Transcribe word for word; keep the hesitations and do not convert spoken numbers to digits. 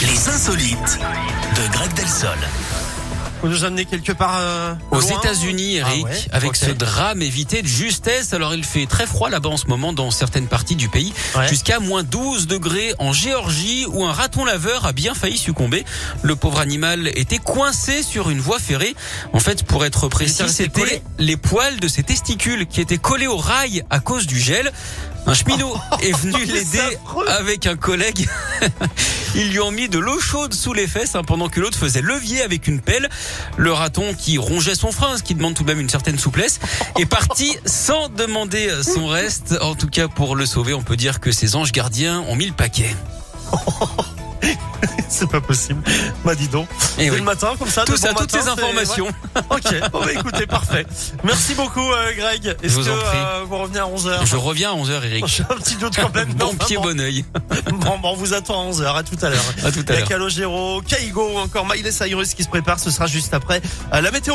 Les insolites de Greg Delsol. Vous nous amenez quelque part euh, aux loin. États-Unis, Eric, Ah ouais, avec okay. ce drame évité de justesse. Alors il fait très froid là-bas en ce moment dans certaines parties du pays, ouais. jusqu'à moins douze degrés en Géorgie où un raton laveur a bien failli succomber. Le pauvre animal était coincé sur une voie ferrée. En fait, pour être précis, c'était les poils de ses testicules qui étaient collés au rail à cause du gel. Un cheminot est venu l'aider avec un collègue. Ils lui ont mis de l'eau chaude sous les fesses hein, pendant que l'autre faisait levier avec une pelle. Le raton, qui rongeait son frein, ce qui demande tout de même une certaine souplesse, est parti sans demander son reste. En tout cas, pour le sauver, on peut dire que ses anges gardiens ont mis le paquet. C'est pas possible. Bah dis donc. Et Dès oui. le matin, comme ça, Tout de ça, bon toutes matin, ces informations. Ouais. Ok, bon bah écoutez, parfait. Merci beaucoup euh, Greg. Est-ce vous que en prie. euh, vous revenez à onze heures? Je reviens à onze heures, Eric. J'ai un petit doute quand même. Bon non, pied, vraiment. bon oeil. Bon, bon, on vous attend à onze heures. À tout à l'heure. À tout à Il y a l'heure. Calogero, Kaigo ou encore Miley Cyrus qui se prépare. Ce sera juste après euh, la météo.